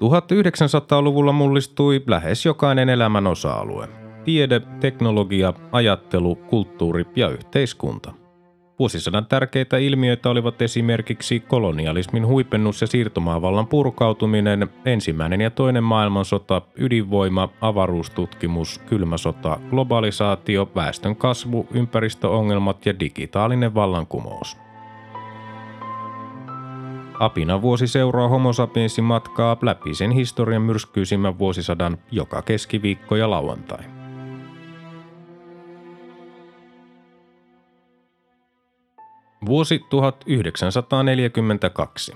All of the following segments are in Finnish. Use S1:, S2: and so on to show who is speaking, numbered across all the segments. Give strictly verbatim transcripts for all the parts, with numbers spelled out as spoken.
S1: tuhatyhdeksänsataaluvulla mullistui lähes jokainen elämän osa-alue. Tiede, teknologia, ajattelu, kulttuuri ja yhteiskunta. Vuosisadan tärkeitä ilmiöitä olivat esimerkiksi kolonialismin huipennus ja siirtomaavallan purkautuminen, ensimmäinen ja toinen maailmansota, ydinvoima, avaruustutkimus, kylmä sota, globalisaatio, väestön kasvu, ympäristöongelmat ja digitaalinen vallankumous. Apina vuosi seuraa Homo sapiensin matkaa läpi sen historian myrskyisimmän vuosisadan joka keskiviikko ja lauantai. Vuosi tuhatyhdeksänsataaneljäkymmentäkaksi.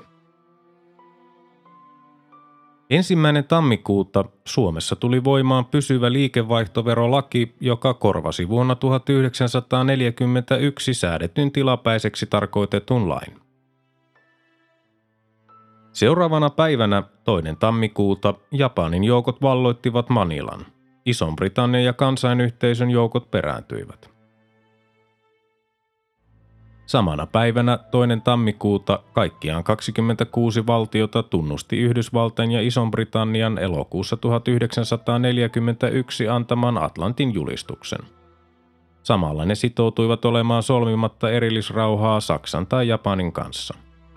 S1: Ensimmäinen tammikuuta Suomessa tuli voimaan pysyvä liikevaihtoverolaki, joka korvasi vuonna tuhatyhdeksänsataaneljäkymmentäyksi säädetyn tilapäiseksi tarkoitetun lain. Seuraavana päivänä toinen tammikuuta Japanin joukot valloittivat Manilan. Ison-Britannian ja kansainyhteisön joukot perääntyivät. Samana päivänä toinen tammikuuta kaikkiaan kaksikymmentäkuusi valtiota tunnusti Yhdysvaltain ja Ison-Britannian elokuussa tuhatyhdeksänsataaneljäkymmentäyksi antaman Atlantin julistuksen. Samalla ne sitoutuivat olemaan solmimatta erillisrauhaa Saksan tai Japanin kanssa.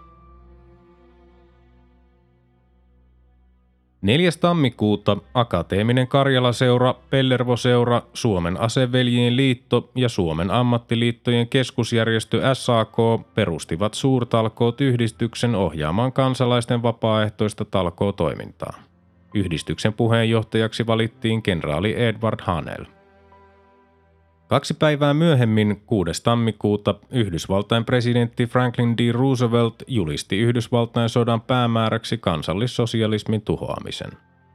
S1: neljäs tammikuuta Akateeminen Karjala-seura, Pellervo-seura, Suomen aseveljien liitto ja Suomen ammattiliittojen keskusjärjestö S A K perustivat Suurtalkoot-yhdistyksen ohjaamaan kansalaisten vapaaehtoista talkootoimintaa. Yhdistyksen puheenjohtajaksi valittiin kenraali Edward Hanel. Kaksi päivää myöhemmin, kuudes tammikuuta, Yhdysvaltain presidentti Franklin D. Roosevelt julisti Yhdysvaltain sodan päämääräksi kansallissosialismin tuhoamisen.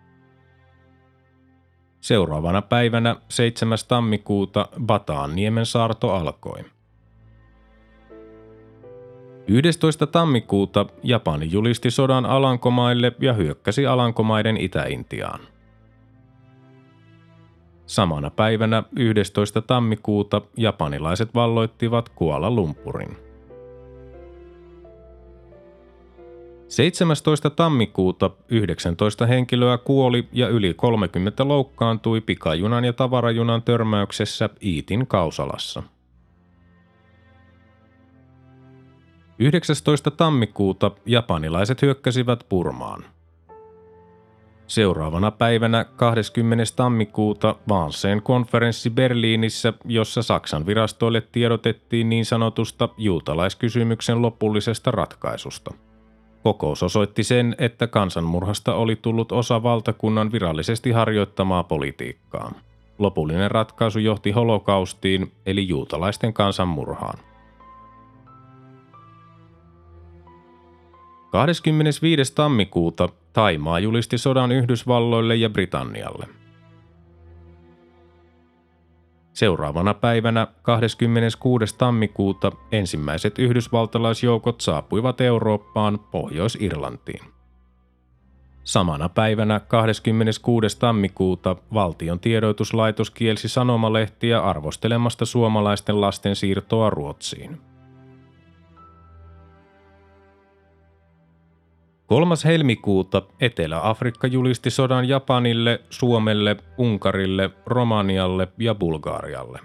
S1: Seuraavana päivänä, seitsemäs tammikuuta, Bataanniemen saarto alkoi. yhdestoista tammikuuta Japani julisti sodan Alankomaille ja hyökkäsi Alankomaiden Itä-Intiaan. Samana päivänä yhdestoista tammikuuta japanilaiset valloittivat Kuala Lumpurin. seitsemästoista tammikuuta yhdeksäntoista henkilöä kuoli ja yli kolmekymmentä loukkaantui pikajunan ja tavarajunan törmäyksessä Iitin Kausalassa. yhdeksästoista tammikuuta japanilaiset hyökkäsivät Burmaan. Seuraavana päivänä kahdeskymmenes tammikuuta Wannseen konferenssi Berliinissä, jossa Saksan virastoille tiedotettiin niin sanotusta juutalaiskysymyksen lopullisesta ratkaisusta. Kokous osoitti sen, että kansanmurhasta oli tullut osa valtakunnan virallisesti harjoittamaa politiikkaa. Lopullinen ratkaisu johti holokaustiin, eli juutalaisten kansanmurhaan. kahdeskymmenesviides tammikuuta Thaimaa julisti sodan Yhdysvalloille ja Britannialle. Seuraavana päivänä kahdeskymmeneskuudes tammikuuta ensimmäiset yhdysvaltalaisjoukot saapuivat Eurooppaan Pohjois-Irlantiin. Samana päivänä kahdeskymmeneskuudes tammikuuta valtion tiedotuslaitos kielsi sanomalehtiä arvostelemasta suomalaisten lasten siirtoa Ruotsiin. kolmas helmikuuta Etelä-Afrikka julisti sodan Japanille, Suomelle, Unkarille, Romanialle ja Bulgarialle.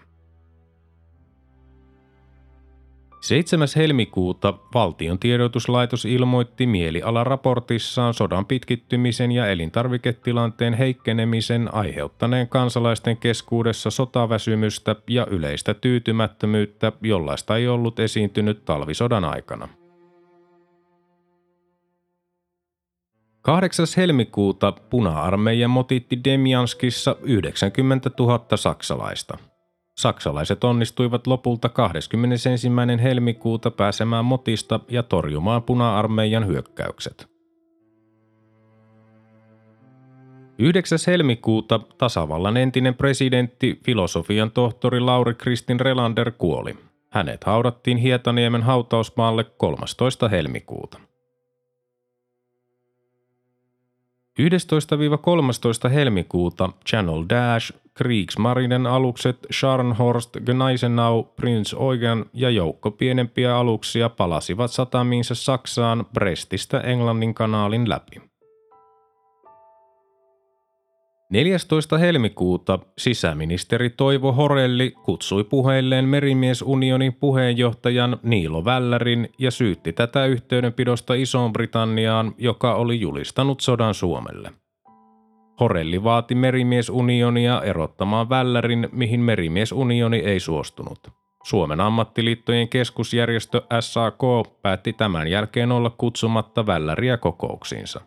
S1: seitsemäs helmikuuta valtion tiedotuslaitos ilmoitti mielialaraportissaan sodan pitkittymisen ja elintarviketilanteen heikkenemisen aiheuttaneen kansalaisten keskuudessa sotaväsymystä ja yleistä tyytymättömyyttä, jollaista ei ollut esiintynyt talvisodan aikana. kahdeksas helmikuuta Puna-armeija motitti Demjanskissa yhdeksänkymmentätuhatta saksalaista. Saksalaiset onnistuivat lopulta kahdeskymmenesensimmäinen helmikuuta pääsemään motista ja torjumaan Puna-armeijan hyökkäykset. yhdeksäs helmikuuta tasavallan entinen presidentti, filosofian tohtori Lauri Kristin Relander kuoli. Hänet haudattiin Hietaniemen hautausmaalle kolmastoista helmikuuta. yhdestoista–kolmastoista helmikuuta Channel Dash, Kriegsmarinen alukset Scharnhorst, Gneisenau, Prinz Eugen ja joukko pienempiä aluksia palasivat satamiinsa Saksaan Brestistä Englannin kanaalin läpi. neljästoista helmikuuta sisäministeri Toivo Horelli kutsui puheilleen Merimiesunionin puheenjohtajan Niilo Vällärin ja syytti tätä yhteydenpidosta Isoon-Britanniaan, joka oli julistanut sodan Suomelle. Horelli vaati Merimiesunionia erottamaan Vällärin, mihin Merimiesunioni ei suostunut. Suomen ammattiliittojen keskusjärjestö S A K päätti tämän jälkeen olla kutsumatta Välläriä kokouksiinsa.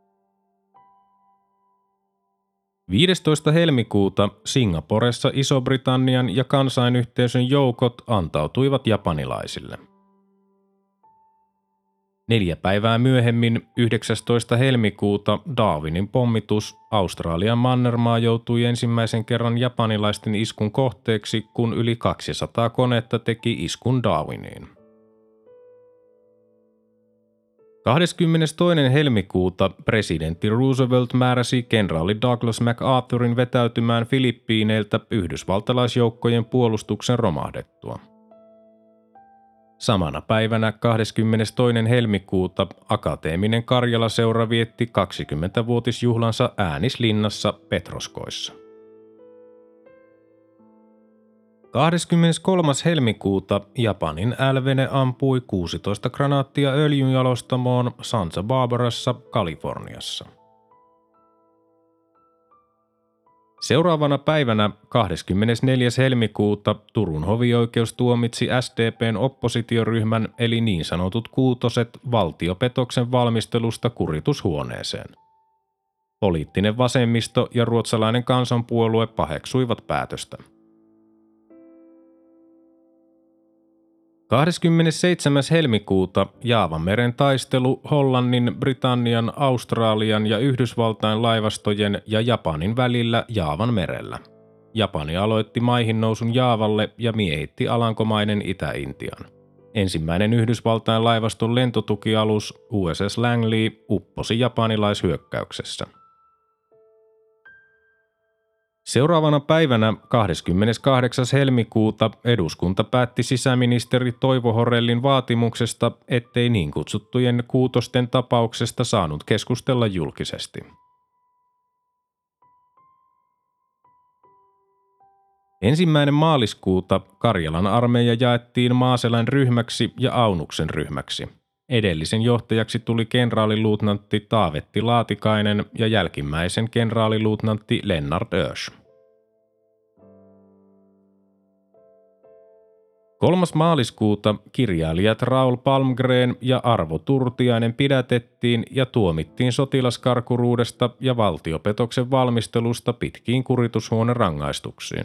S1: viidestoista helmikuuta Singaporessa Iso-Britannian ja kansainyhteisön joukot antautuivat japanilaisille. Neljä päivää myöhemmin, yhdeksästoista helmikuuta, Darwinin pommitus, Australian mannermaa joutui ensimmäisen kerran japanilaisten iskun kohteeksi, kun yli kaksisataa konetta teki iskun Darwiniin. kahdeskymmenestoinen helmikuuta presidentti Roosevelt määräsi kenraali Douglas MacArthurin vetäytymään Filippiineiltä yhdysvaltalaisjoukkojen puolustuksen romahdettua. Samana päivänä kahdeskymmenestoinen helmikuuta Akateeminen Karjala-seura vietti kaksikymmenvuotisjuhlansa Äänislinnassa Petroskoissa. kahdeskymmeneskolmas helmikuuta Japanin L-vene ampui kuusitoista granaattia öljynjalostamoon Santa Barbarassa, Kaliforniassa. Seuraavana päivänä kahdeskymmenesneljäs helmikuuta Turun hovioikeus tuomitsi S D P:n oppositioryhmän eli niin sanotut kuutoset valtiopetoksen valmistelusta kuritushuoneeseen. Poliittinen vasemmisto ja ruotsalainen kansanpuolue paheksuivat päätöstä. kahdeskymmenesseitsemäs helmikuuta Jaavanmeren taistelu Hollannin, Britannian, Australian ja Yhdysvaltain laivastojen ja Japanin välillä Jaavanmerellä. Japani aloitti maihinnousun Jaavalle ja miehitti Alankomaiden Itä-Intian. Ensimmäinen Yhdysvaltain laivaston lentotukialus U S S Langley upposi japanilaishyökkäyksessä. Seuraavana päivänä kahdeskymmeneskahdeksas helmikuuta eduskunta päätti sisäministeri Toivo Horellin vaatimuksesta, ettei niin kutsuttujen kuutosten tapauksesta saanut keskustella julkisesti. Ensimmäinen maaliskuuta Karjalan armeija jaettiin Maaselän ryhmäksi ja Aunuksen ryhmäksi. Edellisen johtajaksi tuli kenraaliluutnantti Taavetti Laatikainen ja jälkimmäisen kenraaliluutnantti Lennart Örs. kolmas maaliskuuta kirjailijat Raul Palmgren ja Arvo Turtiainen pidätettiin ja tuomittiin sotilaskarkuruudesta ja valtiopetoksen valmistelusta pitkiin kuritushuonerangaistuksiin.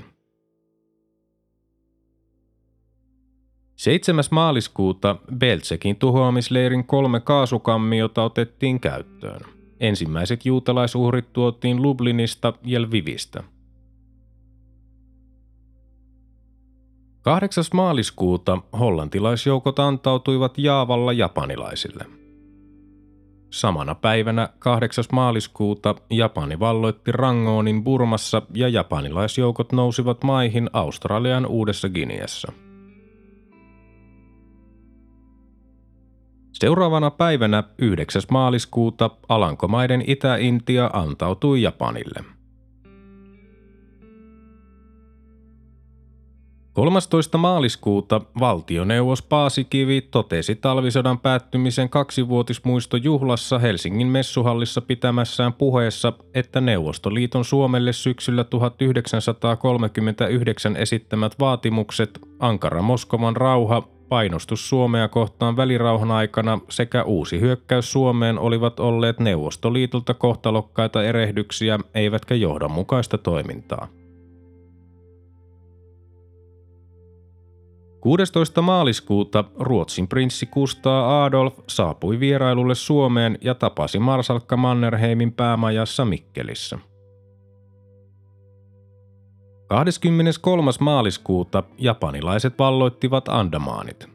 S1: seitsemäs maaliskuuta Belzekin tuhoamisleirin kolme kaasukammiota otettiin käyttöön. Ensimmäiset juutalaisuhrit tuotiin Lublinista ja Lvivistä. kahdeksas maaliskuuta hollantilaisjoukot antautuivat Jaavalla japanilaisille. Samana päivänä kahdeksas maaliskuuta Japani valloitti Rangoonin Burmassa ja japanilaisjoukot nousivat maihin Australian Uudessa Guineassa. Seuraavana päivänä yhdeksäs maaliskuuta Alankomaiden Itä-Intia antautui Japanille. kolmastoista maaliskuuta valtioneuvos Paasikivi totesi talvisodan päättymisen kaksivuotismuistojuhlassa Helsingin messuhallissa pitämässään puheessa, että Neuvostoliiton Suomelle syksyllä tuhatyhdeksänsataakolmekymmentäyhdeksän esittämät vaatimukset, ankara Moskovan rauha, painostus Suomea kohtaan välirauhan aikana sekä uusi hyökkäys Suomeen olivat olleet Neuvostoliitolta kohtalokkaita erehdyksiä eivätkä johdonmukaista toimintaa. kuudestoista maaliskuuta Ruotsin prinssi Kustaa Adolf saapui vierailulle Suomeen ja tapasi marsalkka Mannerheimin päämajassa Mikkelissä. kahdeskymmeneskolmas maaliskuuta japanilaiset valloittivat Andamaanit.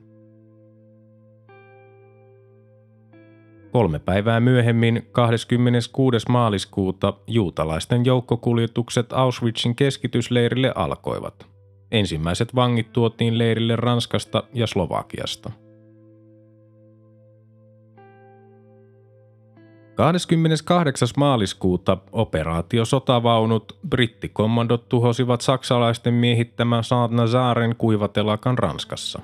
S1: Kolme päivää myöhemmin, kahdeskymmeneskuudes maaliskuuta, juutalaisten joukkokuljetukset Auschwitzin keskitysleirille alkoivat. Ensimmäiset vangit tuotiin leirille Ranskasta ja Slovakiasta. kahdeskymmeneskahdeksas maaliskuuta operaatio Sotavaunut brittikommandot tuhosivat saksalaisten miehittämän Saint-Nazaren kuivatelakan Ranskassa.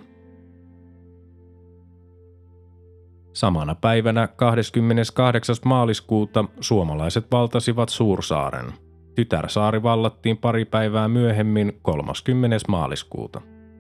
S1: Samana päivänä kahdeskymmeneskahdeksas maaliskuuta suomalaiset valtasivat Suursaaren. Tytärsaari vallattiin pari päivää myöhemmin kolmaskymmenes maaliskuuta.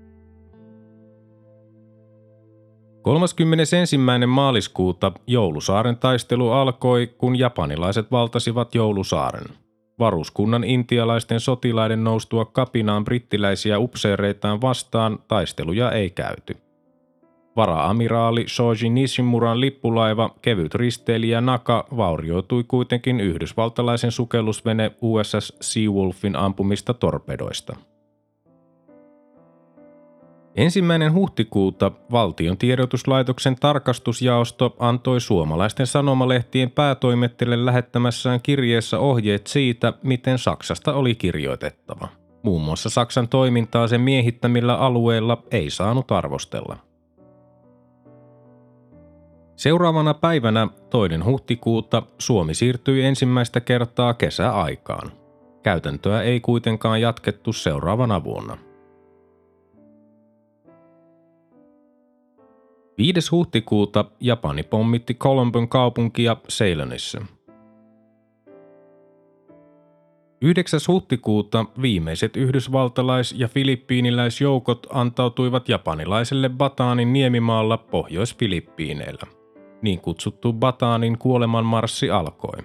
S1: kolmaskymmenesensimmäinen maaliskuuta Joulusaaren taistelu alkoi, kun japanilaiset valtasivat Joulusaaren. Varuskunnan intialaisten sotilaiden noustua kapinaan brittiläisiä upseereitaan vastaan taisteluja ei käyty. Vara-amiraali Shoji Nishimuran lippulaiva kevyt risteilijä Naka vaurioitui kuitenkin yhdysvaltalaisen sukellusvene U S S Seawolfin ampumista torpedoista. Ensimmäinen huhtikuuta valtion tiedotuslaitoksen tarkastusjaosto antoi suomalaisten sanomalehtien päätoimittajille lähettämässään kirjeessä ohjeet siitä, miten Saksasta oli kirjoitettava. Muun muassa Saksan toimintaa sen miehittämillä alueilla ei saanut arvostella. Seuraavana päivänä toinen huhtikuuta Suomi siirtyi ensimmäistä kertaa kesäaikaan. Käytäntöä ei kuitenkaan jatkettu seuraavana vuonna. viides huhtikuuta Japani pommitti Colombon kaupunkia Ceylonissa. yhdeksäs huhtikuuta viimeiset yhdysvaltalais- ja filippiiniläisjoukot antautuivat japanilaiselle Batanin niemimaalla Pohjois-Filippiineillä. Niin kutsuttu Batanin kuolemanmarssi alkoi.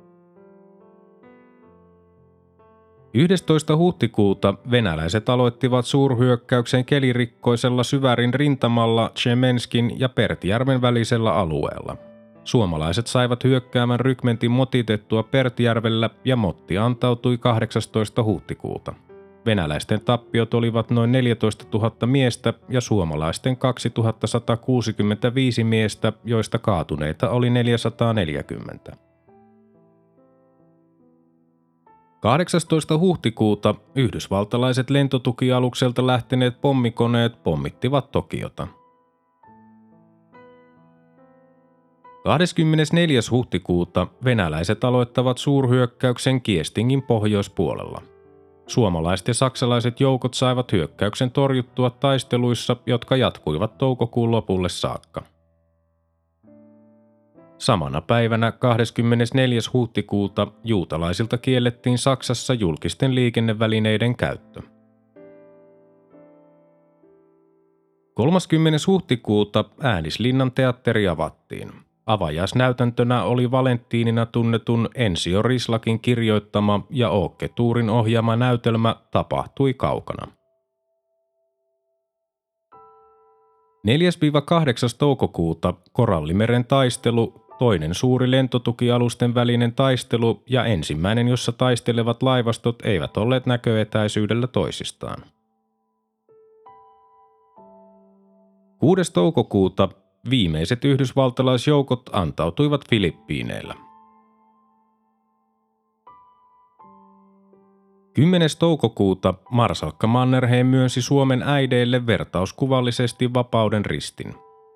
S1: yhdestoista huhtikuuta venäläiset aloittivat suurhyökkäyksen kelirikkoisella Syvärin rintamalla Tsemenskin ja Pertijärven välisellä alueella. Suomalaiset saivat hyökkäämän rykmentin motitettua Pertijärvellä ja motti antautui kahdeksastoista huhtikuuta. Venäläisten tappiot olivat noin neljätoistatuhatta miestä ja suomalaisten kaksituhatta sata kuusikymmentäviisi miestä, joista kaatuneita oli neljäsataaneljäkymmentä. kahdeksastoista huhtikuuta yhdysvaltalaiset lentotukialukselta lähteneet pommikoneet pommittivat Tokiota. kahdeskymmenesneljäs huhtikuuta venäläiset aloittavat suurhyökkäyksen Kiestingin pohjoispuolella. Suomalaiset ja saksalaiset joukot saivat hyökkäyksen torjuttua taisteluissa, jotka jatkuivat toukokuun lopulle saakka. Samana päivänä kahdeskymmenesneljäs huhtikuuta juutalaisilta kiellettiin Saksassa julkisten liikennevälineiden käyttö. kolmaskymmenes huhtikuuta Äänislinnan teatteri avattiin. Avajaisnäytäntönä oli Valenttiinina tunnetun Ensio Rislakin kirjoittama ja Åke Tuurin ohjaama näytelmä Tapahtui kaukana. neljäs kahdeksas toukokuuta Korallimeren taistelu, toinen suuri lentotukialusten välinen taistelu ja ensimmäinen, jossa taistelevat laivastot eivät olleet näköetäisyydellä toisistaan. kuudes toukokuuta viimeiset yhdysvaltalaisjoukot antautuivat Filippiineillä. kymmenes toukokuuta marsalkka Mannerheim myönsi Suomen äideille vertauskuvallisesti vapauden ristin.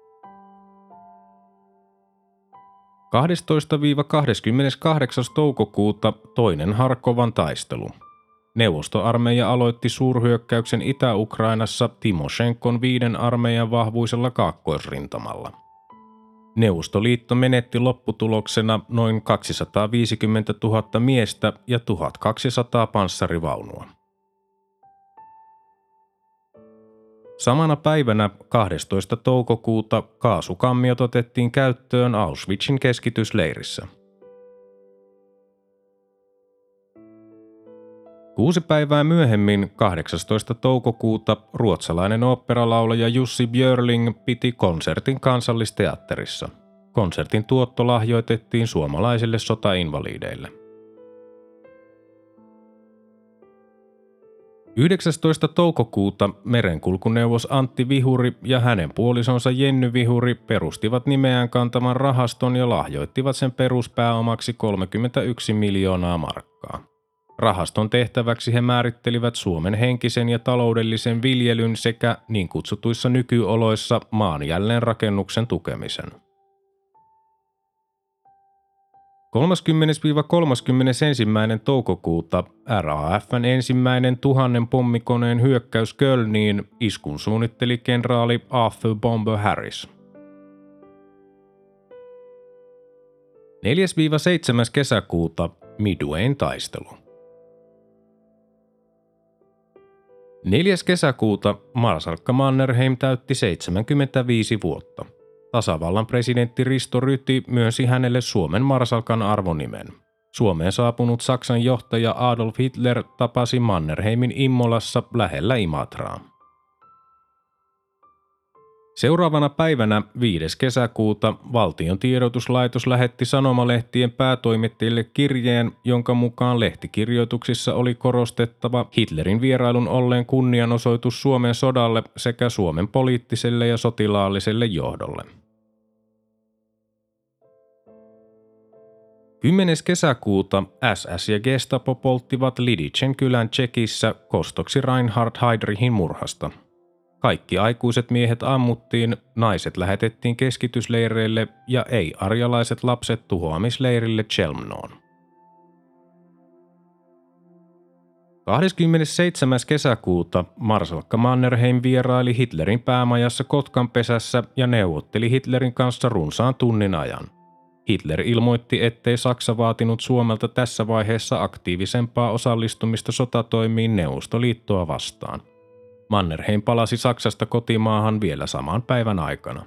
S1: kahdestoista kahdeskymmeneskahdeksas toukokuuta toinen Harkovan taistelu. Neuvostoarmeija aloitti suurhyökkäyksen Itä-Ukrainassa Timoshenkon viiden armeijan vahvuisella kaakkoisrintamalla. Neuvostoliitto menetti lopputuloksena noin kaksisataaviisikymmentätuhatta miestä ja tuhatkaksisataa panssarivaunua. Samana päivänä kahdestoista toukokuuta kaasukammiot otettiin käyttöön Auschwitzin keskitysleirissä. Kuusi päivää myöhemmin, kahdeksastoista toukokuuta, ruotsalainen oopperalaulaja Jussi Björling piti konsertin Kansallisteatterissa. Konsertin tuotto lahjoitettiin suomalaisille sotainvalideille. yhdeksästoista toukokuuta merenkulkuneuvos Antti Vihuri ja hänen puolisonsa Jenny Vihuri perustivat nimeään kantaman rahaston ja lahjoittivat sen peruspääomaksi kolmekymmentäyksi miljoonaa markkaa. Rahaston tehtäväksi he määrittelivät Suomen henkisen ja taloudellisen viljelyn sekä niin kutsutuissa nykyoloissa maan jälleenrakennuksen tukemisen. kolmaskymmenes–kolmaskymmenesensimmäinen toukokuuta R A F:n ensimmäinen tuhannen pommikoneen hyökkäys Kölniin iskun suunnitteli kenraali Arthur Bomber Harris. neljäs–seitsemäs kesäkuuta Midwayn taistelu. neljäs kesäkuuta marsalkka Mannerheim täytti seitsemänkymmentäviisi vuotta. Tasavallan presidentti Risto Ryti myönsi hänelle Suomen marsalkan arvonimen. Suomeen saapunut Saksan johtaja Adolf Hitler tapasi Mannerheimin Immolassa lähellä Imatraa. Seuraavana päivänä viides kesäkuuta valtion tiedotuslaitos lähetti sanomalehtien päätoimittajille kirjeen, jonka mukaan lehtikirjoituksissa oli korostettava Hitlerin vierailun olleen kunnianosoitus Suomen sodalle sekä Suomen poliittiselle ja sotilaalliselle johdolle. kymmenes kesäkuuta S S ja Gestapo polttivat Lidicen kylän Tšekissä kostoksi Reinhard Heydrichin murhasta. Kaikki aikuiset miehet ammuttiin, naiset lähetettiin keskitysleireille ja ei-arjalaiset lapset tuhoamisleirille Chelmnoon. kahdeskymmenesseitsemäs kesäkuuta marsalkka Mannerheim vieraili Hitlerin päämajassa Kotkanpesässä ja neuvotteli Hitlerin kanssa runsaan tunnin ajan. Hitler ilmoitti, ettei Saksa vaatinut Suomelta tässä vaiheessa aktiivisempaa osallistumista sotatoimiin Neuvostoliittoa vastaan. Mannerheim palasi Saksasta kotimaahan vielä saman päivän aikana.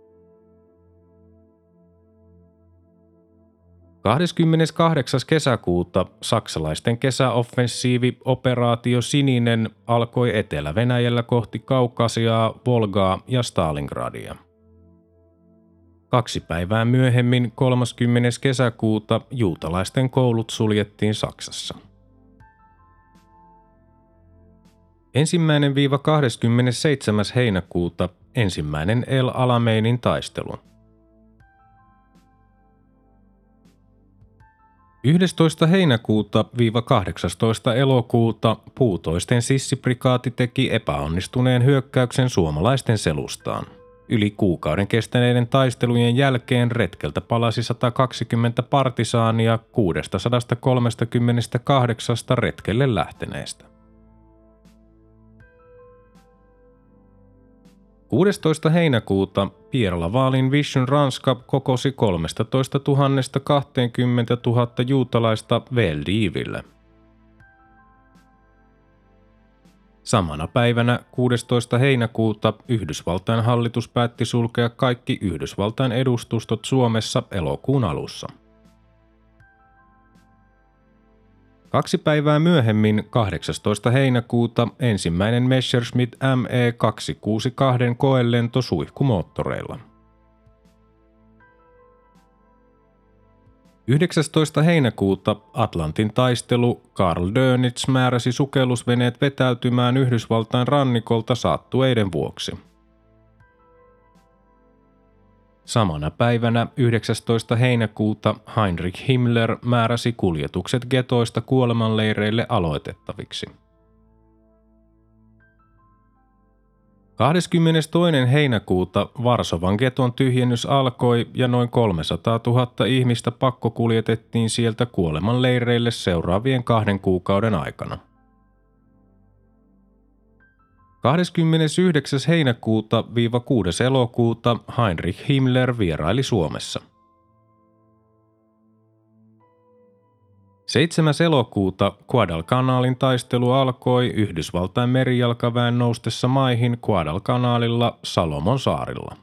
S1: kahdeskymmeneskahdeksas kesäkuuta saksalaisten kesäoffensiivi Operaatio Sininen alkoi Etelä-Venäjällä kohti Kaukasiaa, Volgaa ja Stalingradia. Kaksi päivää myöhemmin kolmaskymmenes kesäkuuta juutalaisten koulut suljettiin Saksassa. ensimmäinen kahdeskymmenesseitsemäs heinäkuuta ensimmäinen El Alameinin taistelu. yhdestoista heinäkuuta kahdeksastoista elokuuta puutoisten sissiprikaati teki epäonnistuneen hyökkäyksen suomalaisten selustaan. Yli kuukauden kestäneiden taistelujen jälkeen retkeltä palasi sata kaksikymmentä partisaania kuusisataakolmekymmentäkahdeksan retkelle lähteneistä. kuudestoista heinäkuuta Pierre Lavalin Vision Ranska kokosi kolmetoistatuhatta kaksikymmentätuhatta juutalaista Veldiville. Samana päivänä kuudestoista heinäkuuta Yhdysvaltain hallitus päätti sulkea kaikki Yhdysvaltain edustustot Suomessa elokuun alussa. Kaksi päivää myöhemmin, kahdeksastoista heinäkuuta, ensimmäinen Messerschmitt M E kaksisataakuusikymmentäkaksi koelento suihkumoottoreilla. yhdeksästoista heinäkuuta Atlantin taistelu Karl Dönitz määräsi sukellusveneet vetäytymään Yhdysvaltain rannikolta saattueiden vuoksi. Samana päivänä yhdeksästoista heinäkuuta Heinrich Himmler määräsi kuljetukset getoista kuolemanleireille aloitettaviksi. kahdeskymmenestoinen heinäkuuta Varsovan geton tyhjennys alkoi ja noin kolmesataatuhatta ihmistä pakkokuljetettiin sieltä kuolemanleireille seuraavien kahden kuukauden aikana. kahdeskymmenesyhdeksäs heinäkuuta – kuudes elokuuta Heinrich Himmler vieraili Suomessa. seitsemäs elokuuta Guadalcanalin taistelu alkoi Yhdysvaltain merijalkaväen noustessa maihin Guadalcanalilla Salomon saarilla.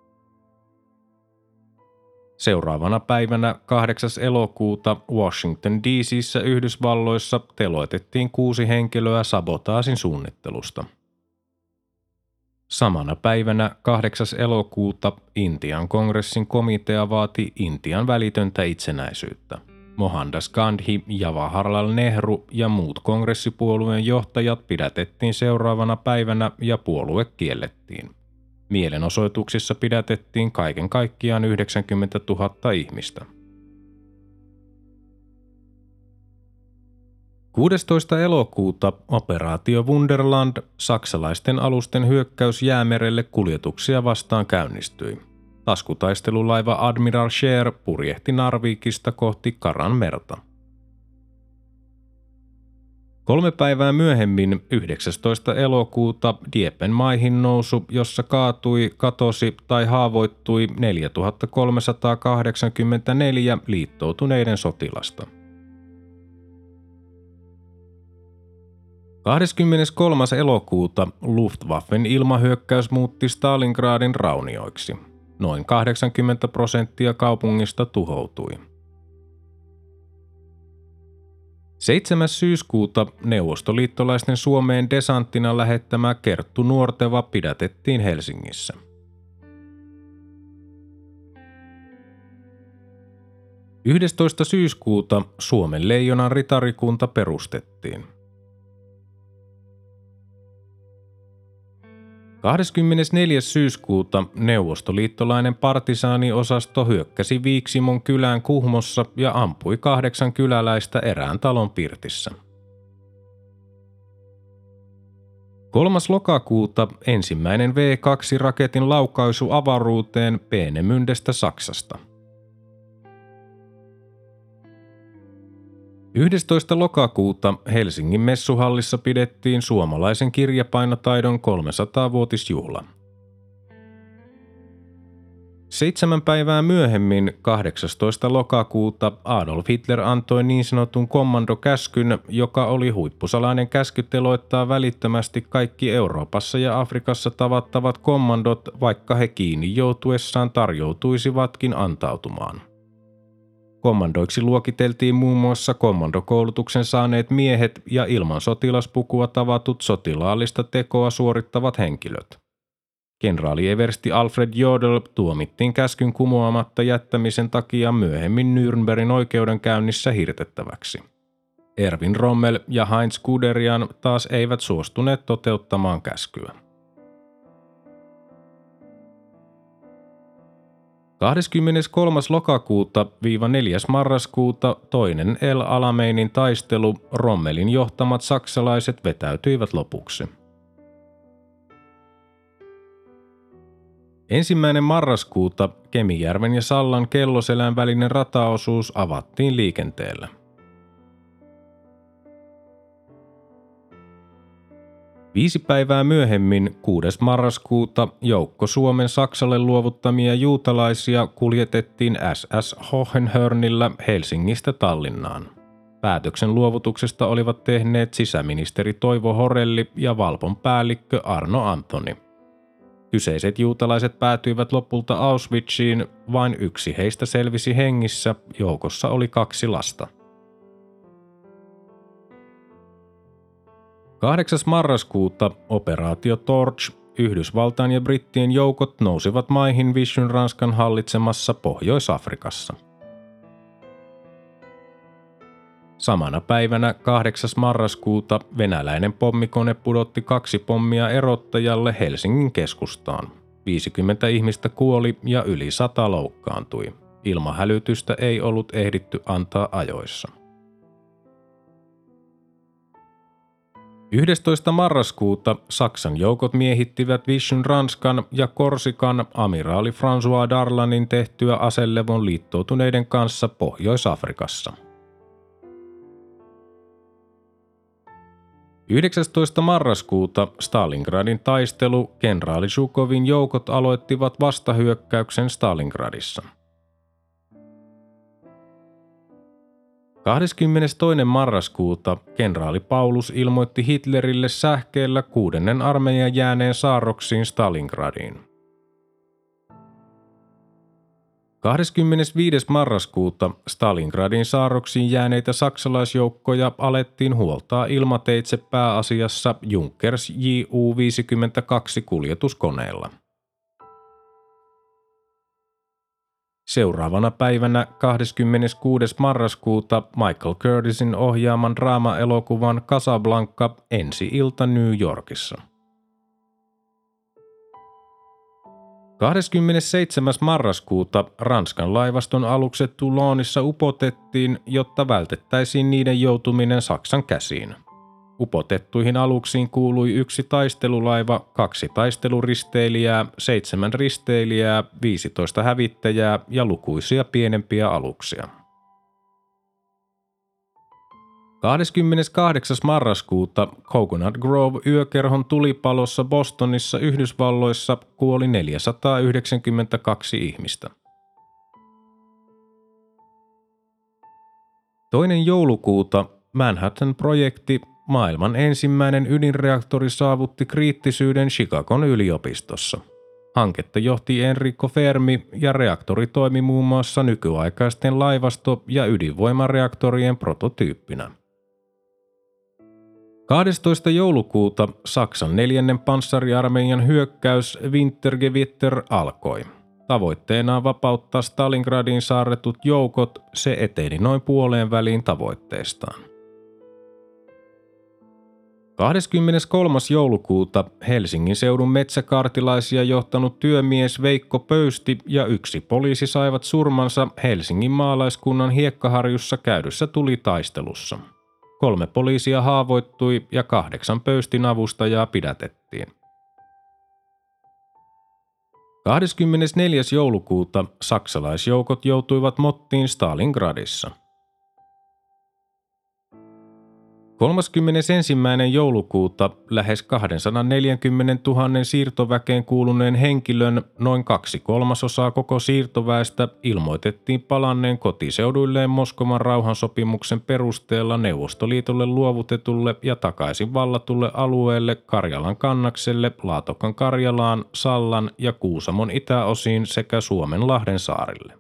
S1: Seuraavana päivänä kahdeksas elokuuta Washington D C:ssä Yhdysvalloissa teloitettiin kuusi henkilöä sabotaasin suunnittelusta. Samana päivänä kahdeksas elokuuta Intian kongressin komitea vaati Intian välitöntä itsenäisyyttä. Mohandas Gandhi, Jawaharlal Nehru ja muut kongressipuolueen johtajat pidätettiin seuraavana päivänä ja puolue kiellettiin. Mielenosoituksissa pidätettiin kaiken kaikkiaan yhdeksänkymmentätuhatta ihmistä. kuudestoista elokuuta Operaatio Wunderland, saksalaisten alusten hyökkäys Jäämerelle kuljetuksia vastaan käynnistyi. Taskutaistelulaiva Admiral Scheer purjehti Narvikista kohti Karanmerta. Kolme päivää myöhemmin, yhdeksästoista elokuuta, Diepen maihin nousu, jossa kaatui, katosi tai haavoittui neljätuhattakolmesataakahdeksankymmentäneljä liittoutuneiden sotilasta. kahdeskymmeneskolmas elokuuta Luftwaffen ilmahyökkäys muutti Stalingradin raunioiksi. Noin kahdeksankymmentä prosenttia kaupungista tuhoutui. seitsemäs syyskuuta neuvostoliittolaisten Suomeen desanttina lähettämä Kerttu Nuorteva pidätettiin Helsingissä. yhdestoista syyskuuta Suomen Leijonan ritarikunta perustettiin. kahdeskymmenesneljäs syyskuuta neuvostoliittolainen partisaaniosasto hyökkäsi Viiksimon kylään Kuhmossa ja ampui kahdeksan kyläläistä erään talon pirtissä. kolmas lokakuuta ensimmäinen V kaksi -raketin laukaisu avaruuteen Peenemündestä Saksasta. yhdestoista lokakuuta Helsingin messuhallissa pidettiin suomalaisen kirjapainotaidon kolmesataa-vuotisjuhla. Seitsemän päivää myöhemmin, kahdeksastoista lokakuuta, Adolf Hitler antoi niin sanotun kommandokäskyn, joka oli huippusalainen käsky teloittaa välittömästi kaikki Euroopassa ja Afrikassa tavattavat kommandot, vaikka he kiinni joutuessaan tarjoutuisivatkin antautumaan. Kommandoiksi luokiteltiin muun muassa kommandokoulutuksen saaneet miehet ja ilman sotilaspukua tavatut sotilaallista tekoa suorittavat henkilöt. Kenraali eversti Alfred Jodl tuomittiin käskyn kumoamatta jättämisen takia myöhemmin Nürnbergin oikeudenkäynnissä hirtettäväksi. Erwin Rommel ja Heinz Guderian taas eivät suostuneet toteuttamaan käskyä. kahdeskymmeneskolmas lokakuuta viiva neljäs marraskuuta toinen El Alameinin taistelu, Rommelin johtamat saksalaiset vetäytyivät lopuksi. Ensimmäinen marraskuuta Kemijärven ja Sallan Kelloselän välinen rataosuus avattiin liikenteelle. Viisi päivää myöhemmin, kuudes marraskuuta, joukko Suomen Saksalle luovuttamia juutalaisia kuljetettiin S S Hohenhörnillä Helsingistä Tallinnaan. Päätöksen luovutuksesta olivat tehneet sisäministeri Toivo Horelli ja Valpon päällikkö Arno Antoni. Kyseiset juutalaiset päätyivät lopulta Auschwitziin, vain yksi heistä selvisi hengissä, joukossa oli kaksi lasta. kahdeksas marraskuuta operaatio Torch, Yhdysvaltain ja brittien joukot nousivat maihin Vichy-Ranskan hallitsemassa Pohjois-Afrikassa. Samana päivänä kahdeksas marraskuuta venäläinen pommikone pudotti kaksi pommia erottajalle Helsingin keskustaan. viisikymmentä ihmistä kuoli ja yli sata loukkaantui. Ilmahälytystä ei ollut ehditty antaa ajoissa. yhdestoista marraskuuta Saksan joukot miehittivät Vichy-Ranskan ja Korsikan amiraali François Darlanin tehtyä aselevon liittoutuneiden kanssa Pohjois-Afrikassa. yhdeksästoista marraskuuta Stalingradin taistelu, kenraali Zhukovin joukot aloittivat vastahyökkäyksen Stalingradissa. kahdeskymmenestoinen marraskuuta kenraali Paulus ilmoitti Hitlerille sähkeellä kuudennen armeijan jääneen saarroksiin Stalingradiin. kahdeskymmenesviides marraskuuta Stalingradin saarroksiin jääneitä saksalaisjoukkoja alettiin huoltaa ilmateitse pääasiassa Junkers J U viisikymmentäkaksi kuljetuskoneella. Seuraavana päivänä kahdeskymmeneskuudes marraskuuta Michael Curtisin ohjaaman draama-elokuvan Casablanca ensi-ilta New Yorkissa. kahdeskymmenesseitsemäs marraskuuta Ranskan laivaston alukset Toulonissa upotettiin, jotta vältettäisiin niiden joutuminen Saksan käsiin. Upotettuihin aluksiin kuului yksi taistelulaiva, kaksi taisteluristeilijää, seitsemän risteilijää, viisitoista hävittäjää ja lukuisia pienempiä aluksia. kahdeskymmeneskahdeksas marraskuuta Coconut Grove-yökerhon tulipalossa Bostonissa Yhdysvalloissa kuoli neljäsataayhdeksänkymmentäkaksi ihmistä. Toinen joulukuuta Manhattan-projekti, maailman ensimmäinen ydinreaktori, saavutti kriittisyyden Chicagon yliopistossa. Hanketta johti Enrico Fermi ja reaktori toimi muun muassa nykyaikaisten laivasto- ja ydinvoimareaktorien prototyyppinä. kahdestoista joulukuuta Saksan neljännen panssariarmeijan hyökkäys Wintergewitter alkoi. Tavoitteenaan vapauttaa Stalingradin saarretut joukot, se eteni noin puoleen väliin tavoitteestaan. kahdeskymmeneskolmas joulukuuta Helsingin seudun metsäkaartilaisia johtanut työmies Veikko Pöysti ja yksi poliisi saivat surmansa Helsingin maalaiskunnan Hiekkaharjussa käydyssä tulitaistelussa. Kolme poliisia haavoittui ja kahdeksan Pöystin avustajaa pidätettiin. kahdeskymmenesneljäs joulukuuta saksalaisjoukot joutuivat mottiin Stalingradissa. kolmaskymmenesensimmäinen joulukuuta lähes kaksisataaneljäkymmentätuhatta siirtoväkeen kuuluneen henkilön, noin kaksi kolmasosaa koko siirtoväestä, ilmoitettiin palanneen kotiseuduilleen Moskovan rauhansopimuksen perusteella Neuvostoliitolle luovutetulle ja takaisin vallatulle alueelle Karjalan kannakselle, Laatokan Karjalaan, Sallan ja Kuusamon itäosiin sekä Suomenlahden saarille.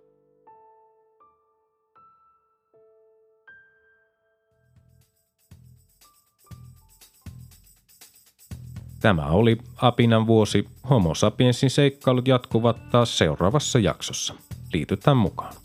S1: Tämä oli Apinan vuosi. Homo sapiensin seikkailut jatkuvat taas seuraavassa jaksossa. Liitytään mukaan.